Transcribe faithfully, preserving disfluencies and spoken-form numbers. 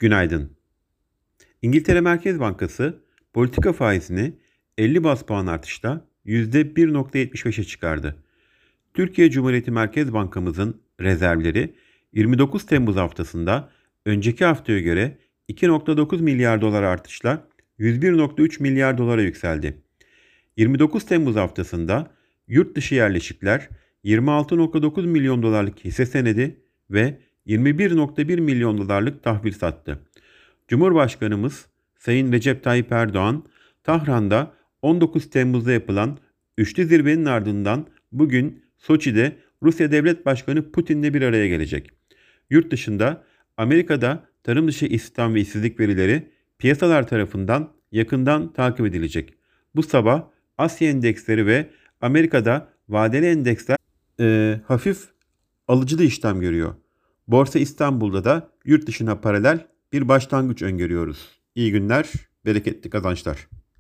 Günaydın. İngiltere Merkez Bankası politika faizini elli baz puan artışla yüzde bir virgül yetmiş beşe çıkardı. Türkiye Cumhuriyeti Merkez Bankamızın rezervleri yirmi dokuz Temmuz haftasında önceki haftaya göre iki virgül dokuz milyar dolar artışla yüz bir virgül üç milyar dolara yükseldi. yirmi dokuz Temmuz haftasında yurt dışı yerleşikler yirmi altı virgül dokuz milyon dolarlık hisse senedi ve yirmi bir virgül bir milyon dolarlık tahvil sattı. Cumhurbaşkanımız Sayın Recep Tayyip Erdoğan, Tahran'da on dokuz Temmuz'da yapılan üçlü zirvenin ardından bugün Soçi'de Rusya Devlet Başkanı Putin'le bir araya gelecek. Yurt dışında Amerika'da tarım dışı istihdam ve işsizlik verileri piyasalar tarafından yakından takip edilecek. Bu sabah Asya endeksleri ve Amerika'da vadeli endeksler e, hafif alıcılı işlem görüyor. Borsa İstanbul'da da yurt dışına paralel bir başlangıç öngörüyoruz. İyi günler, bereketli kazançlar.